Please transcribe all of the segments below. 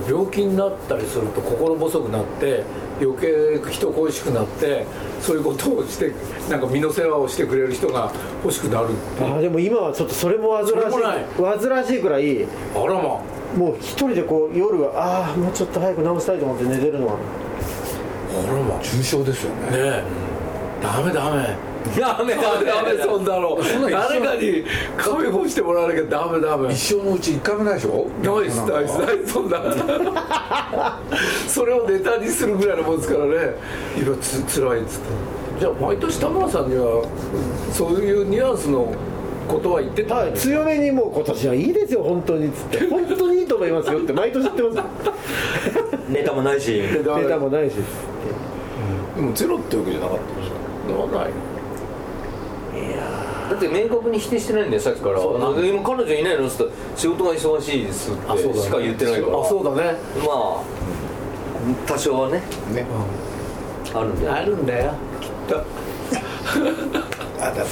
病気になったりすると心細くなって余計人恋しくなってそういうことをしてなんか身の世話をしてくれる人が欲しくなるっていう。 でも今はちょっとそれも煩わしいくらいあらまもう一人でこう夜はもうちょっと早く治したいと思って寝てるのはあらま重症ですよね。 ねえダメそんだろう誰かに壁干してもらわなきゃダメ一生のうち1回もないでしょ。 ナイスそんなそれをネタにするぐらいのもんですからね。今つらいっつってじゃあ毎年田村さんにはそういうニュアンスのことは言ってたんです強めにもう今年はいいですよ本当にっつって本当にいいと思いますよって毎年言ってますネタもないしネタもないしでもゼロってわけじゃなかったでしょ。 ないだって明確に否定してないんだよさっきから。今彼女いないのって言ったら仕事が忙しいですってしか言ってないから。 そうだねまあ多少はねあるんだよ。 あるんだよきっとあだから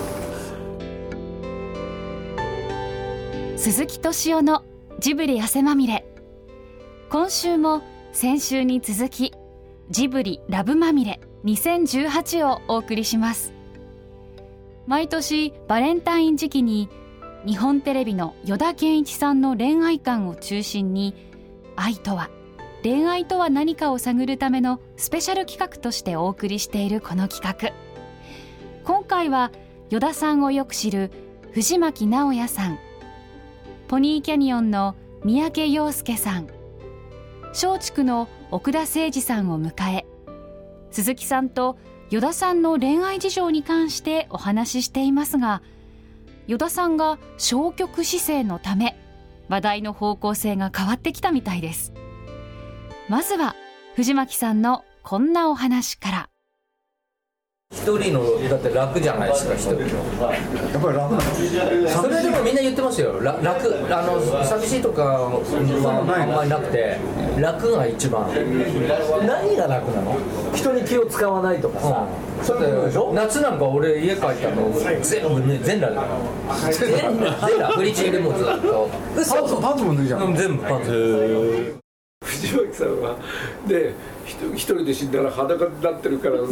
鈴木敏夫のジブリ汗まみれ。今週も先週に続きジブリラブまみれ2018をお送りします。毎年バレンタイン時期に日本テレビの依田健一さんの恋愛観を中心に愛とは恋愛とは何かを探るためのスペシャル企画としてお送りしているこの企画。今回は依田さんをよく知る藤巻直也さん、ポニーキャニオンの三宅陽介さん、松竹の奥田誠二さんを迎え、鈴木さんと依田さんの恋愛事情に関してお話ししていますが、依田さんが消極姿勢のため話題の方向性が変わってきたみたいです。まずは藤巻さんのこんなお話から。 一人のだって楽じゃないですか。一人のやっぱり楽なの。 それでもみんな言ってますよ。楽寂しいとかはあんまりなくて楽が一番。 何が楽なの？人に気を使わないとかさ、 そうだよ。夏なんか俺家帰ったの全裸だよ。全裸フリチンでもずっとパンツも脱いじゃん。 全部パンツ。 藤巻さんはで一人で死んだら裸になってるから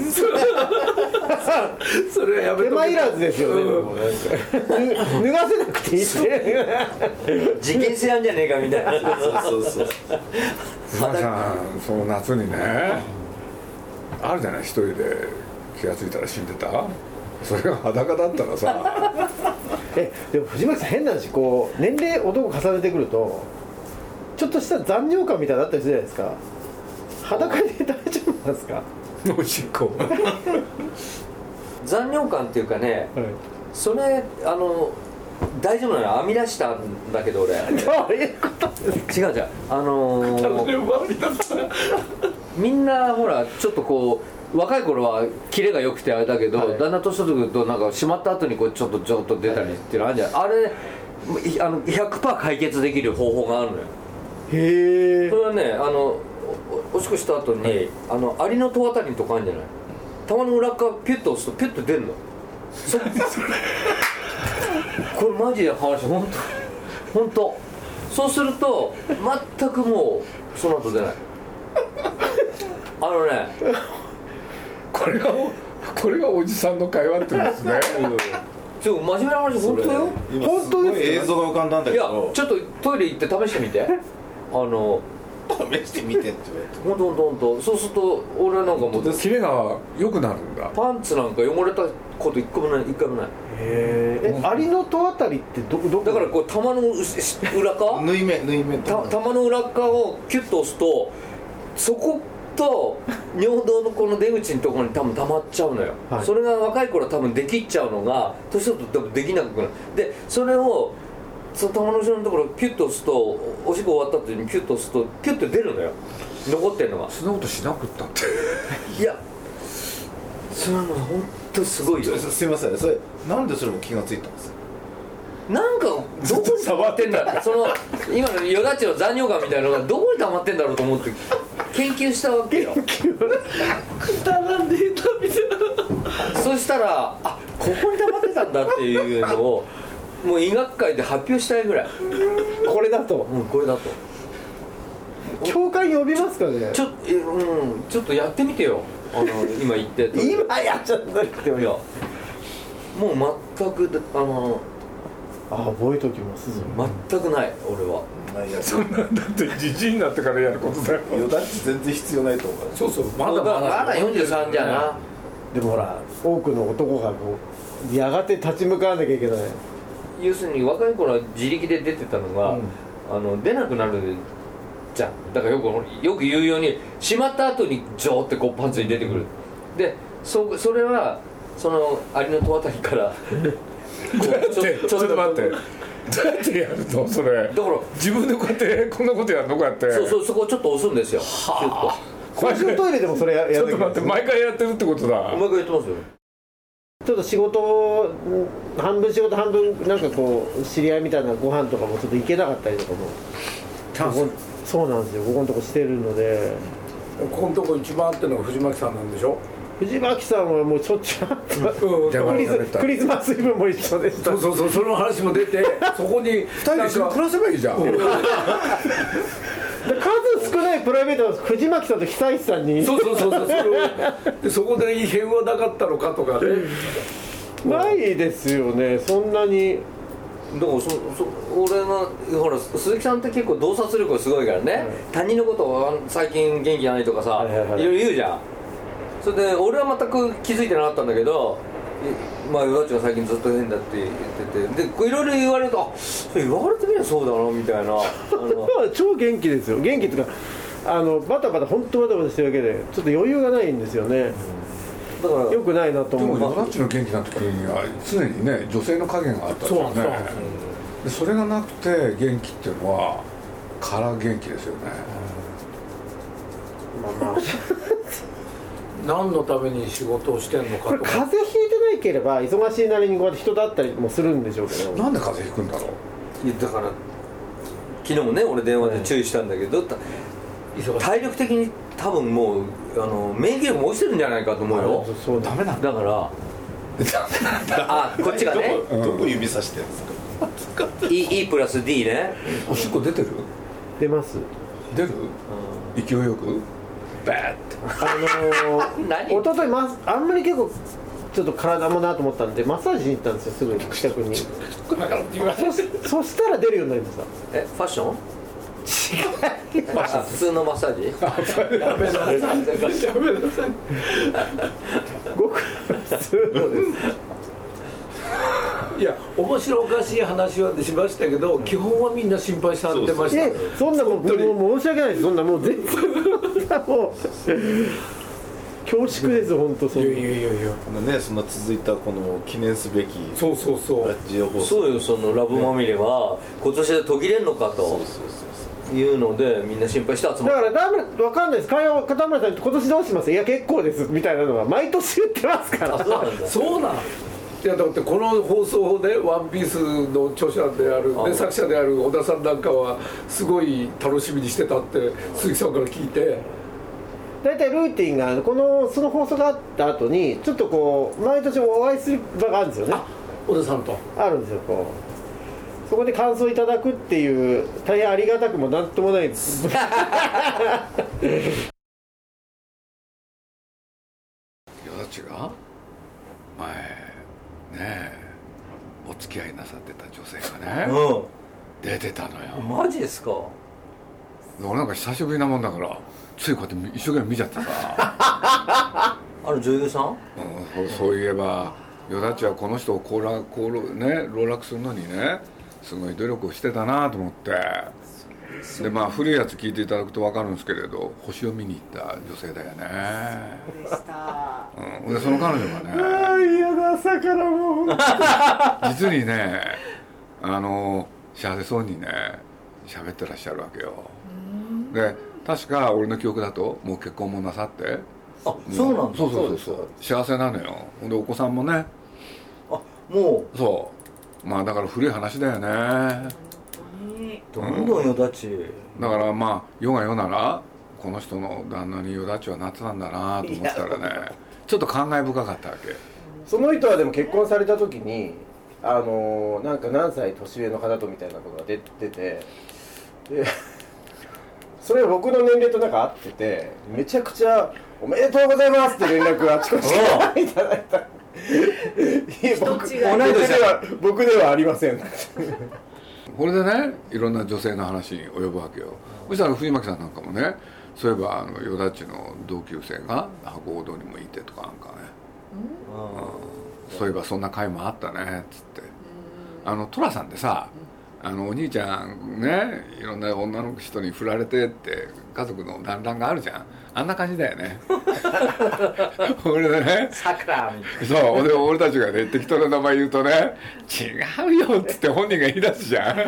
それはやめとけ。 手間いらずですよね、脱がせなくていいって事件性あんじゃねえかみたいな。そう皆さんその夏にねあるじゃない。一人で気がついたら死んでた。それが裸だったらさでも藤巻さん変な話、こう年齢男重ねてくるとちょっとした残尿感みたいなのあったりするじゃないですか。裸で大丈夫なんですか？ おしっこ残尿感っていうかね、 はい、 それ大丈夫なの。編み出したんだけど俺。 どういうことですか？ 違うみんなほらちょっとこう若い頃はキレが良くてあれだけど、だんだん年取ってくるとなんかしまった後にこうちょっと出たりっていうのあるじゃん。あれ100% 解決できる方法があるのよ。 へえ。 それはねおしっこした後にアリの戸あたりとかあるんじゃない。玉の裏側ピュッと押すとピュッと出るの。これマジで話本当。そうすると全くもうその後出ない。 これがおじさんの会話って言うんですね。 真面目な話本当よ。 本当です。 映像が浮かんだんだけど。 いやちょっとトイレ行って試してみて。 試してみてって言われて。 ほんとそうすると俺なんかもうキレが良くなるんだ。 パンツなんか汚れたこと一回もない。 アリの戸あたりってどだからこう玉の裏側縫い目玉の裏側をキュッと押すとそこと尿道のこの出口のところに多分溜まっちゃうのよ、はい、それが若い頃は多分できっちゃうのが年取ると多分できなくなる。でそれをその玉の後ろのところをピュッと押すとおしっこ終わった後にピュッと押すとピュッと出るのよ。残ってるのが。 そんなことしなくったっていやそれは本当すごいよ。 すいません、それなんでそれも気がついたんですか？ なんかどこに溜まってんだその今のよだちの残尿感みたいなのがどこに溜まってんだろうと思って研究したわけよ。 くだらねえなみたいな。 そしたらここに溜まってたんだっていうのをもう医学界で発表したいぐらい。 これだと、 これだと共感呼びますかね。 ちょっとやってみてよ、今言って今やっちゃったっていやもう全く覚えときますぞ。 全くない俺は。 そんなんだってじじいになってからやることだよ。 よだって全然必要ないと思う。 そうそう、まだまだ43じゃな。 でもほら多くの男がこうやがて立ち向かわなきゃいけない。 要するに若い頃は自力で出てたのが、出なくなるじゃん。だからよく言うようにしまった後にジョーってこうパンツに出てくる。でそれはそのアリの戸渡りからちょっと待って、どうやってやるのそれ。 だから自分でこうやってこんなことやるのこうやって。 そこをちょっと押すんですよ。 公衆トイレでもそれやる。 ちょっと待って、毎回やってるってことだ。 毎回やってますよ。 ちょっと仕事半分仕事半分なんかこう知り合いみたいなご飯とかもちょっと行けなかったりとかもそうなんですよ。ここのとこしてるので。 ここのとこ一番あってるのが藤巻さんなんでしょ。 藤巻さんはもうしょっちゅうクリスマスイブも一緒でした。 そうその話も出てそこに 2人で一緒に暮らせばいいじゃん。 数少ないプライベートは藤巻さんと久石さんにそうでそこで異変はなかったのかとかね。 ないですよね、そんなに。 だから俺がほら鈴木さんって結構洞察力がすごいからね、他人のことを最近元気ないとかさ、いろいろ言うじゃん。それで俺は全く気づいてなかったんだけど、まあヨダッチが最近ずっと変だって言ってて、でいろいろ言われると、あ、それ言われてみればそうだなみたいな超元気ですよ。元気っていうかバタバタ本当バタバタしてるだけでちょっと余裕がないんですよね。だからよくないなと思う。 でもヨダッチの元気な時には常にね女性の影があったんですよね。でそれがなくて元気っていうのは空元気ですよね。 何のために仕事をしてんのかとか。 これ風邪ひいてないければ忙しいなりにこうやって人と会ったりもするんでしょうけど。 なんで風邪ひくんだろう。 だから昨日もね俺電話で注意したんだけど、体力的に多分もう免疫力も落ちてるんじゃないかと思うよ。 そうダメなんだからあ、こっちがねどこ指さしてるんですか。 E プラス D ね。 おしっこ出てる？ 出ます。 出る？勢いよくバーッて一昨日あんまり結構ちょっと体もなと思ったんでマッサージに行ったんですよ、すぐ近くに。そしたら出るようになりました。 ファッション？違う。普通のマッサージ？やめなさい。 ごく普通のです。 いや面白おかしい話はしましたけど、基本はみんな心配されてました。 そんなもう申し訳ないです。そんなもう全然もう恐縮です本当。そういやね、そんな続いたこの記念すべきそうラジオ放送。 そうよ、そのラブまみれは今年で途切れんのかというのでみんな心配して集まる。 だから分かんないです。片村さん今年どうします？いや結構ですみたいなのは毎年言ってますから。 そうなの。いやだってこの放送で「ワンピースの著者である、ね、作者である小田さんなんかはすごい楽しみにしてたって鈴木さんから聞いて。 大体ルーティンがその放送があった後にちょっとこう毎年お会いする場があるんですよね。 小田さんとあるんですよ。こうそこで感想いただくっていう大変ありがたくもなんともないです。 ヨダチが前ねお付き合いなさってた女性がね、出てたのよ。 マジですか？ 俺なんか久しぶりなもんだからついこうやって一生懸命見ちゃってさ女優さん、 そういえばヨダチはこの人を籠絡するのにねすごい努力をしてたなと思って。でまあ古いやつ聞いていただくと分かるんですけれど星を見に行った女性だよね。でした、でその彼女がね嫌だ朝からもう実にね幸せそうにね喋ってらっしゃるわけよ。で確か俺の記憶だともう結婚もなさって。 そうなんだ。 そう幸せなのよ。でお子さんもね。 もうそうまあだから古い話だよね。 どんどんよだち、 だからまあ世が世ならこの人の旦那によだちはなってたんだなと思ったらねちょっと感慨深かったわけ。 その人はでも結婚された時になんか何歳年上の方とみたいなことが出ててでそれ僕の年齢となんか合ってて、めちゃくちゃおめでとうございますって連絡あちこちからいただいた。いや僕ではありません。 これでね、いろんな女性の話に及ぶわけよ。そしたら藤巻さんなんかもね、そういえばよだちの同級生が博報堂にもいてとかなんかね、そういえばそんな会もあったねっつって、寅さんでさ、お兄ちゃんね、いろんな女の人に振られてって家族の団らんがあるじゃん。あんな感じだよね。俺でね、 さくらみたいな。 そう、俺たちがね適当な名前言うとね、違うよっつって本人が言い出すじゃん。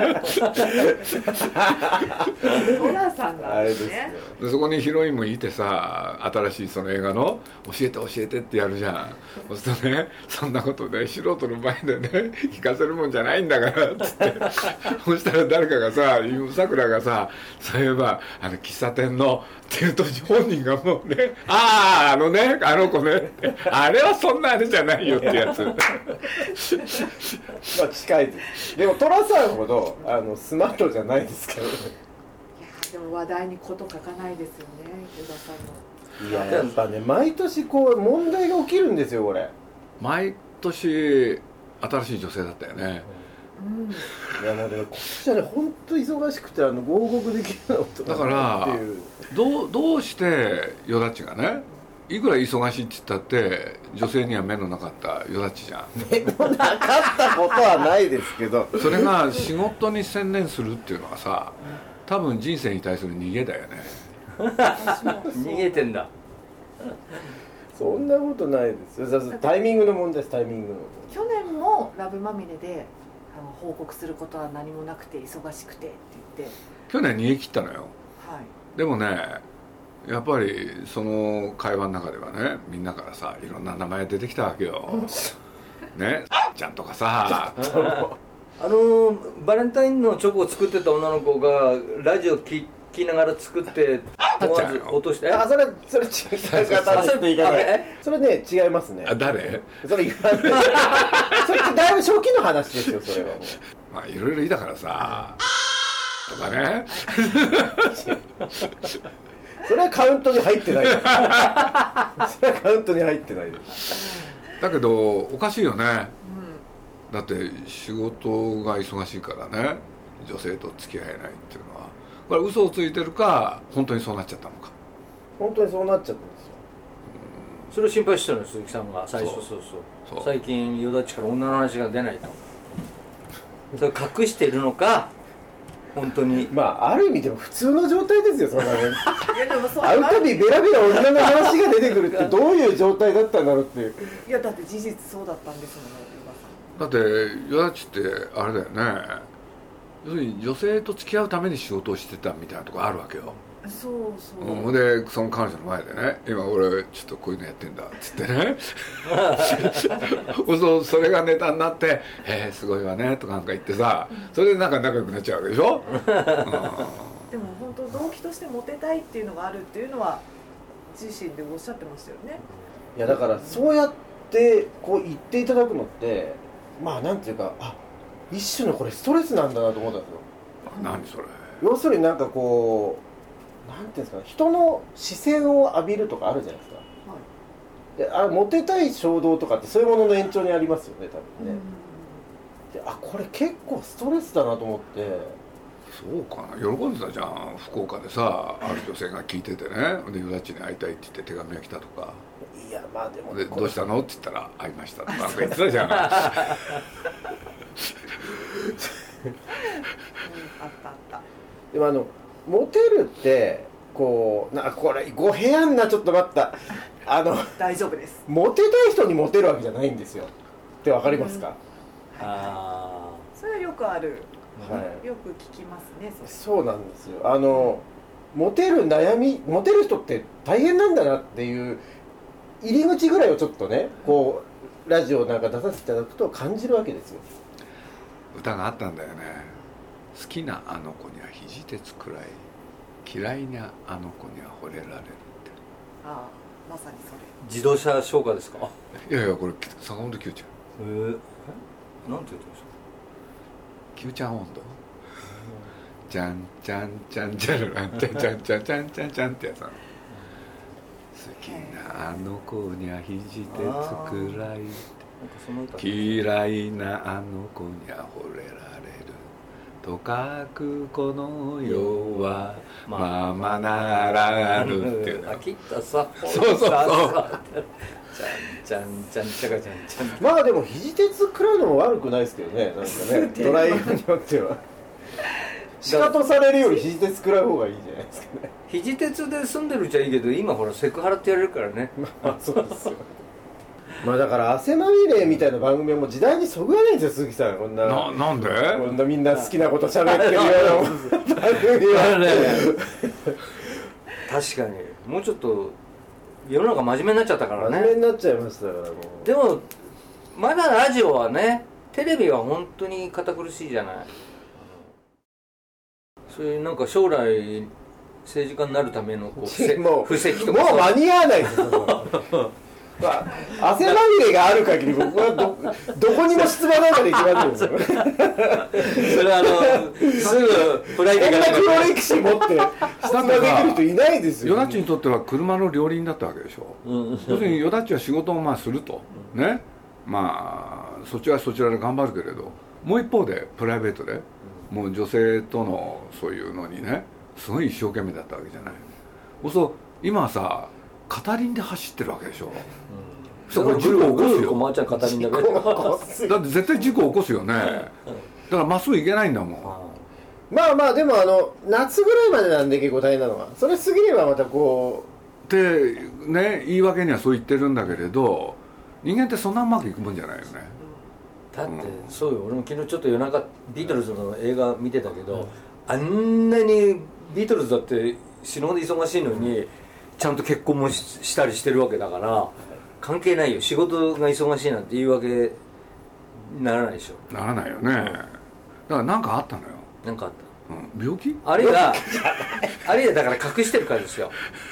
寅さんがですね。 でそこにヒロインもいてさ、新しいその映画の教えてってやるじゃん。そうするとね、そんなことね素人の前でね聞かせるもんじゃないんだからっつって、そしたら誰かがさ、さくらがさ、そういえば喫茶店のっていうと本人がもうね、あの子ね、あれはそんなあれじゃないよってやつ。 まあ近いです。でも寅さんほどスマートじゃないですけどね。 いやでも話題に事書かないですよね、与田さんの。 いややっぱね、毎年こう問題が起きるんですよこれ。 毎年新しい女性だったよね。 いやもうでもこっちはね本当忙しくて合格できることだからどうしてよだちがね、いくら忙しいって言ったって女性には目のなかったよだちじゃん。 目のなかったことはないですけど、 それが仕事に専念するっていうのはさ、多分人生に対する逃げだよね。 逃げてんだ。 そんなことないですよ。タイミングの問題です。タイミングの。 去年もラブまみれで報告することは何もなくて忙しくてって言って、 去年逃げ切ったのよ。 はい、 でもね、やっぱりその会話の中ではね、みんなからさ、いろんな名前出てきたわけよ。ね、ちゃんとかさ。 バレンタインのチョコを作ってた女の子がラジオ聞きながら作って思わず落として、 それ違う方ちょっと言い方それね違いますね。 誰？ それ言わない。それだいぶ初期の話ですよ。それはもうまあいろいろいいだからさとかね。 それはカウントに入ってないです。それはカウントに入ってないです。 だけどおかしいよね、だって仕事が忙しいからね、女性と付き合えないっていうのは、これ嘘をついてるか本当にそうなっちゃったのか。 本当にそうなっちゃったんですよ。 それを心配してたのよ、鈴木さんが最初。そう最近よだちから女の話が出ないと。それ隠しているのか本当に。 まあある意味でも普通の状態ですよ。そんなね。会うたびベラベラ女の話が出てくるってどういう状態だったんだろうっていう。 いやだって事実そうだったんですもんね、 だってよだちってあれだよね、要するに女性と付き合うために仕事をしてたみたいなとこあるわけよ。 そうでその彼女の前でね、今俺ちょっとこういうのやってんだっつってねそれがネタになって「へえすごいわね」とかなんか言ってさ、それでなんか仲良くなっちゃうわけでしょ。 でも本当動機としてモテたいっていうのがあるっていうのは自身でおっしゃってましたよね。 いやだからそうやってこう言っていただくのってまあなんていうか、一種のこれストレスなんだなと思ったんですよ。 何それ。 要するになんかこうなんていうんですかね、人の視線を浴びるとかあるじゃないですか。でモテたい衝動とかってそういうものの延長にありますよね、多分ね。でこれ結構ストレスだなと思って。 そうかな、喜んでたじゃん。福岡でさ、ある女性が聞いててね、でよだちに会いたいって言って手紙が来たとか。 いやまあでもでどうしたのって言ったら会いましたとかなんか言ってたじゃん。 あったでもモテるってこうこれ語弊あんな、ちょっと待った。 大丈夫です。 モテたい人にモテるわけじゃないんですよってわかりますか？ それはよくある、 はい、 よく聞きますね。 そうなんですよ。モテる悩み、モテる人って大変なんだなっていう入り口ぐらいをちょっとね、こうラジオなんか出させていただくと感じるわけですよ。 歌があったんだよね。好きなあの子には肘鉄くらい、嫌いなあの子には惚れられるって。 まさにそれ。 自動車消化ですか？ いやいや、これ坂本九ちゃん。 なんて言ってました？ 九ちゃん温度。 ちゃんちゃんちゃんちゃんちゃんちゃんちゃんちゃんちゃんちゃんってやつなの。好きなあの子には肘鉄くらい、嫌いなあの子には惚れられるとかくこの世はままならぬっていうの。 きっとさ、 そうそうそうちゃんちゃんちゃかちゃんちゃん。 まあでも肘鉄食らうのも悪くないですけどね、なんかねドライブによってはシカトされるより肘鉄食らう方がいいじゃないですかね。 肘鉄で住んでるうちはいいけど、今ほらセクハラってやれるからね。 まあそうですよまあだから汗まみれみたいな番組はもう時代にそぐわないんですよ、鈴木さん。こんなんでこんなみんな好きなこと喋ってるような番組は確かにもうちょっと世の中真面目になっちゃったからね。 真面目になっちゃいましたから。もうでもまだラジオはね、テレビは本当に堅苦しいじゃない。そういうなんか将来政治家になるためのこう布石とかもう間に合わないですよまあ、汗まみれがある限り僕はどこにも出馬なんかできませんよそれはすぐプライベートこんな黒歴史持って出馬できる人いないですよ。 ヨダッチにとっては車の両輪だったわけでしょ、要するにヨダッチは仕事をまあするとね、まあそちらはそちらで頑張るけれど、もう一方でプライベートでもう女性とのそういうのにねすごい一生懸命だったわけじゃない。そう今はさ片輪で走ってるわけでしょ、これ事故起こすよ。 まーちゃん片輪だけだって絶対事故起こすよね。だからまっすぐ行けないんだもん。 まあまあでも夏ぐらいまでなんで結構大変なのは、それ過ぎればまたこうってね、言い訳にはそう言ってるんだけれど、人間ってそんなうまくいくもんじゃないよね。 だって、そうよ。俺も昨日ちょっと夜中ビートルズの映画見てたけど、あんなにビートルズだって死ぬほど忙しいのにちゃんと結婚もしたりしてるわけだから、関係ないよ。仕事が忙しいなんて言い訳にならないでしょ。 ならないよね。だから何かあったのよ。 何かあった、 病気あるいはだから隠してるからですよ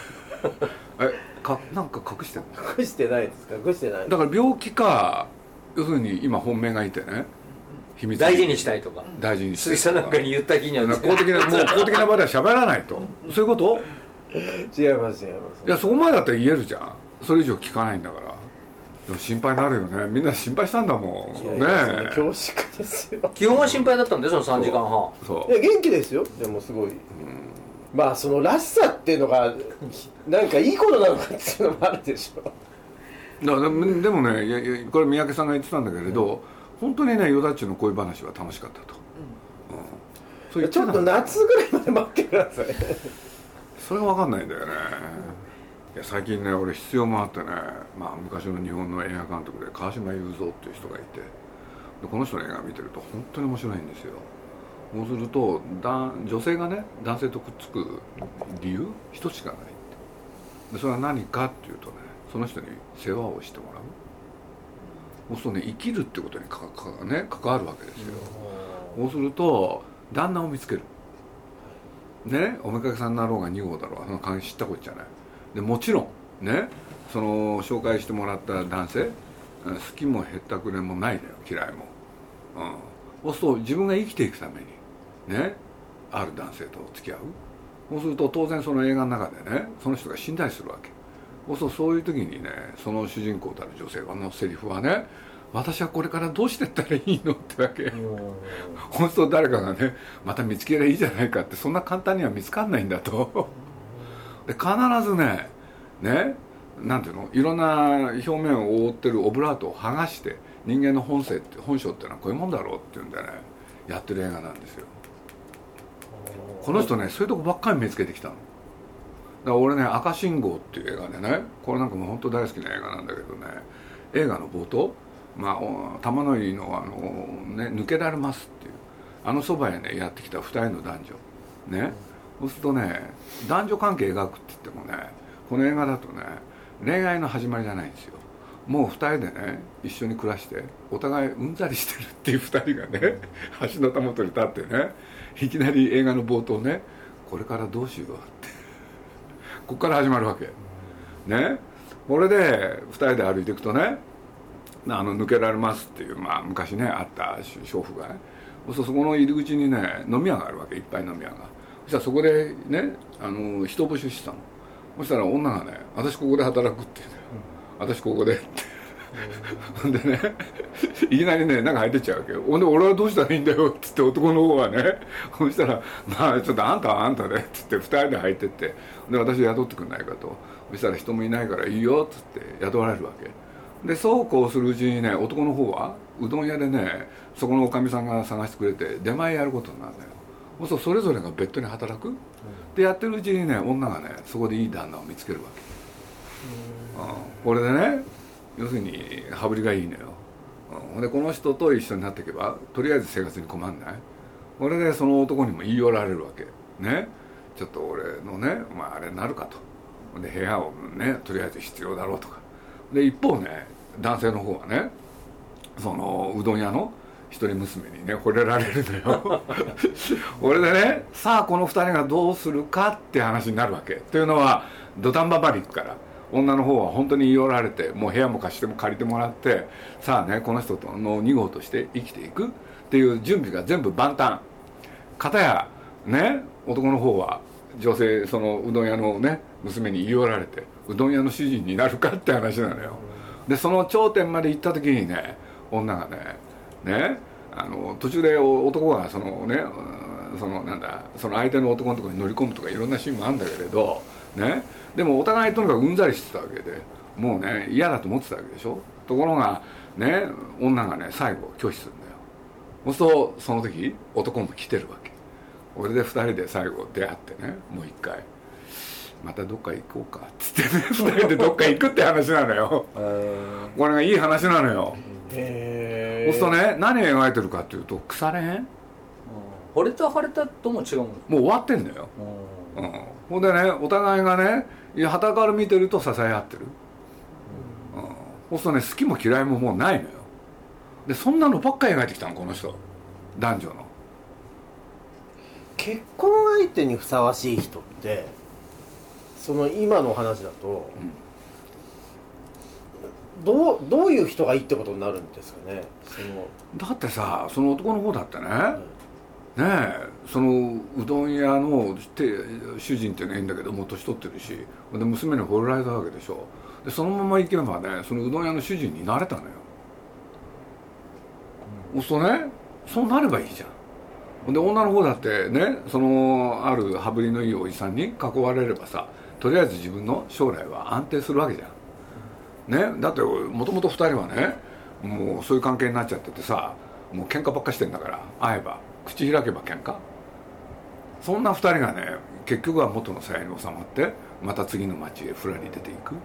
なんか隠してるの？ 隠してないです。隠してない。 だから病気か、要するに今本命がいてね、秘密大事にしたいとか、 大事にしたい鈴木さんなんかに言った日には公的な場では喋らないとそういうこと？ 違います。いや、そこまでだったら言えるじゃん。それ以上聞かないんだから。でも心配になるよね。みんな心配したんだもんね。 恐縮ですよ。 基本は心配だったんですよ、その3時間半。 そういや元気ですよ。でもすごい、まあそのらしさっていうのがなんかいいことなのかっていうのもあるでしょ。 だからでもね、いやこれ三宅さんが言ってたんだけれど、本当にね、ヨダッチの恋話は楽しかったと、そうちょっと夏ぐらいまで待ってくださいそれが分かんないんだよね。いや最近ね、俺必要もあってね、まあ、昔の日本の映画監督で川島雄三っていう人がいて、でこの人の映画見てると本当に面白いんですよ。そうすると女性がね男性とくっつく理由一つしかないって。でそれは何かっていうとね、その人に世話をしてもらう。そうするとね、生きるってことに関わるわけですよ。そうすると旦那を見つけるね、おめかけさんになろうが2号だろうがその関係知ったことじゃない。でもちろんね、その紹介してもらった男性、好きもへったくれもないのよ、嫌いも、そうすると自分が生きていくためにね、ある男性と付き合う。そうすると当然その映画の中でね、その人が死んだりするわけ。そういう時にね、その主人公たる女性のセリフはね、私はこれからどうしてったらいいのってわけ。本当誰かがね、また見つければいいじゃないかって、そんな簡単には見つかんないんだとで必ずねなんていうの、いろんな表面を覆ってるオブラートを剥がして、人間の本性って本性ってのはこういうもんだろうっていうんでね、やってる映画なんですよ。この人ね、そういうとこばっかり見つけてきたの。だから俺ね、赤信号っていう映画でね、これなんかもう本当大好きな映画なんだけどね、映画の冒頭、玉の井の抜けられますっていうそばへねやってきた2人の男女ね、そうするとね、男女関係描くって言ってもね、この映画だとね、恋愛の始まりじゃないんですよ。もう2人でね一緒に暮らしてお互いうんざりしてるっていう2人がね橋のたもとに立ってね、いきなり映画の冒頭ね、これからどうしようってここから始まるわけね。これで2人で歩いていくとね、抜けられますっていう、昔ねあった娼婦がね、 そこの入り口にね飲み屋があるわけ、いっぱい飲み屋が。そしたらそこでね人募集してたの。そしたら女がね「私ここで働く」って言うんだよ、私ここでってほんでねいきなりね中入ってっちゃうわけよ。ほんで俺はどうしたらいいんだよっつって男の方はね、そしたら「まあちょっとあんたはあんたで」っつって2人で入ってって、で私雇ってくんないかと。そしたら人もいないからいいよっつって雇われるわけで、そうこうするうちにね男の方はうどん屋でねそこのおかみさんが探してくれて出前やることになるんだよ。そうそれぞれが別途に働く、でやってるうちにね女がねそこでいい旦那を見つけるわけ。これでね要するに羽振りがいいのよ。でこの人と一緒になっていけばとりあえず生活に困んない。これでその男にも言い寄られるわけね。ちょっと俺のね、まあ、あれになるかと。で部屋をねとりあえず必要だろうとか。で一方ね男性の方はねそのうどん屋の一人娘にね惚れられるのよ俺でねさあこの二人がどうするかって話になるわけ。というのは土壇場まで行くから、女の方は本当に言い寄られてもう部屋も貸しても借りてもらって、さあねこの人との2号として生きていくっていう準備が全部万端。片やね男の方は女性そのうどん屋のね娘に言い寄られてうどん屋の主人になるかって話なのよ。でその頂点まで行った時にね女がね途中で男がそのねそのなんだその相手の男のところに乗り込むとかいろんなシーンもあるんだけれどね、でもお互いとにかくうんざりしてたわけでもうね嫌だと思ってたわけでしょ。ところがね女がね最後拒否するんだよ。そうするとその時男も来てるわけ。俺で2人で最後出会ってねもう一回またどっか行こうかっつってね2人でどっか行くって話なのよこれがいい話なのよ。そうするとね何描いてるかっていうと腐れ縁、 惚れた腫れたとも違うもん。 もう終わってんだよ。ほんでねお互いがね傍から見てると支え合ってる。そうするとね好きも嫌いももうないのよ。でそんなのばっかり描いてきたのこの人、男女の。 結婚相手にふさわしい人ってその今の話だと、どういう人がいいってことになるんですかね。 だってさその男の方だってね、ねえそのうどん屋の主人っていうのはいいんだけどもう年取ってるし、で娘に惚れられたわけでしょ。でそのまま行けばねそのうどん屋の主人になれたのよ。そうするとねそうなればいいじゃん。で女の方だってねそのある羽振りのいいおじさんに囲われればさとりあえず自分の将来は安定するわけじゃんね。だってもともと2人はねもうそういう関係になっちゃっててさもう喧嘩ばっかしてんだから、会えば口開けば喧嘩。そんな2人がね結局は元の鞘に収まってまた次の町へふらり出ていく。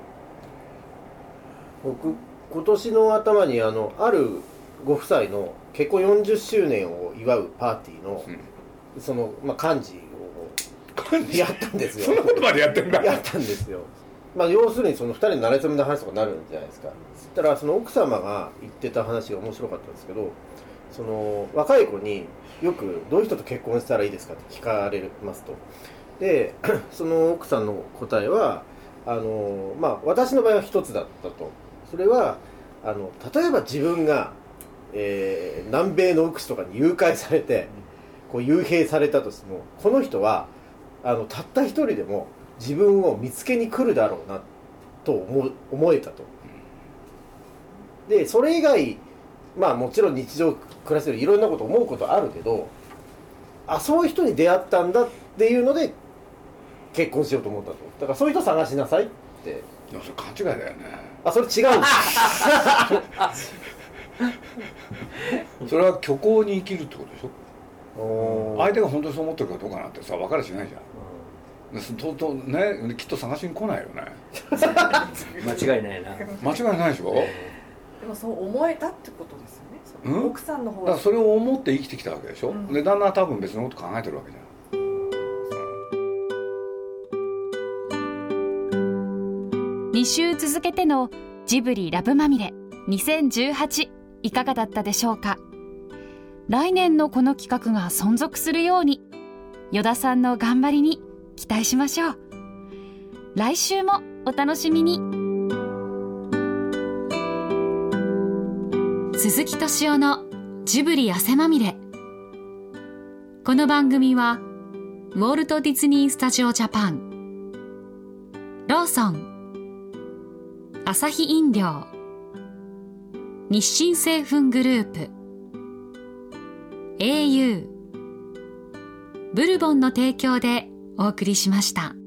僕今年の頭にあるご夫妻の結婚40周年を祝うパーティーの、その、幹事をやったんですよ。 そんなことまでやってんだ。 やったんですよ。要するにその2人の馴れ初めの話とかになるんじゃないですか。そしたらその奥様が言ってた話が面白かったんですけど、その若い子によくどういう人と結婚したらいいですかって聞かれますと。でその奥さんの答えは私の場合は一つだったと。それは例えば自分が南米の奥地とかに誘拐されてこう幽閉されたとしてもこの人はたった一人でも自分を見つけに来るだろうなと思えたと。でそれ以外もちろん日常暮らしてるいろんなこと思うことあるけどそういう人に出会ったんだっていうので結婚しようと思ったと。だからそういう人探しなさいって。 いやそれ勘違いだよね。 それ違うんですそれは虚構に生きるってことでしょ。相手が本当にそう思ってるかどうかなんてさ分かりゃしないじゃん。ねきっと探しに来ないよね間違いないな。 間違いないでしょ。 でもそう思えたってことですよね。奥さんの方だからそれを思って生きてきたわけでしょ。で旦那は多分別のこと考えてるわけじゃん。 2週続けてのジブリラブまみれ2018いかがだったでしょうか。来年のこの企画が存続するように依田さんの頑張りに期待しましょう。来週もお楽しみに。鈴木敏夫のジブリ汗まみれ。この番組はウォルト・ディズニー・スタジオ・ジャパン、ローソン、アサヒ飲料、日清製粉グループ、au、ブルボンの提供でお送りしました。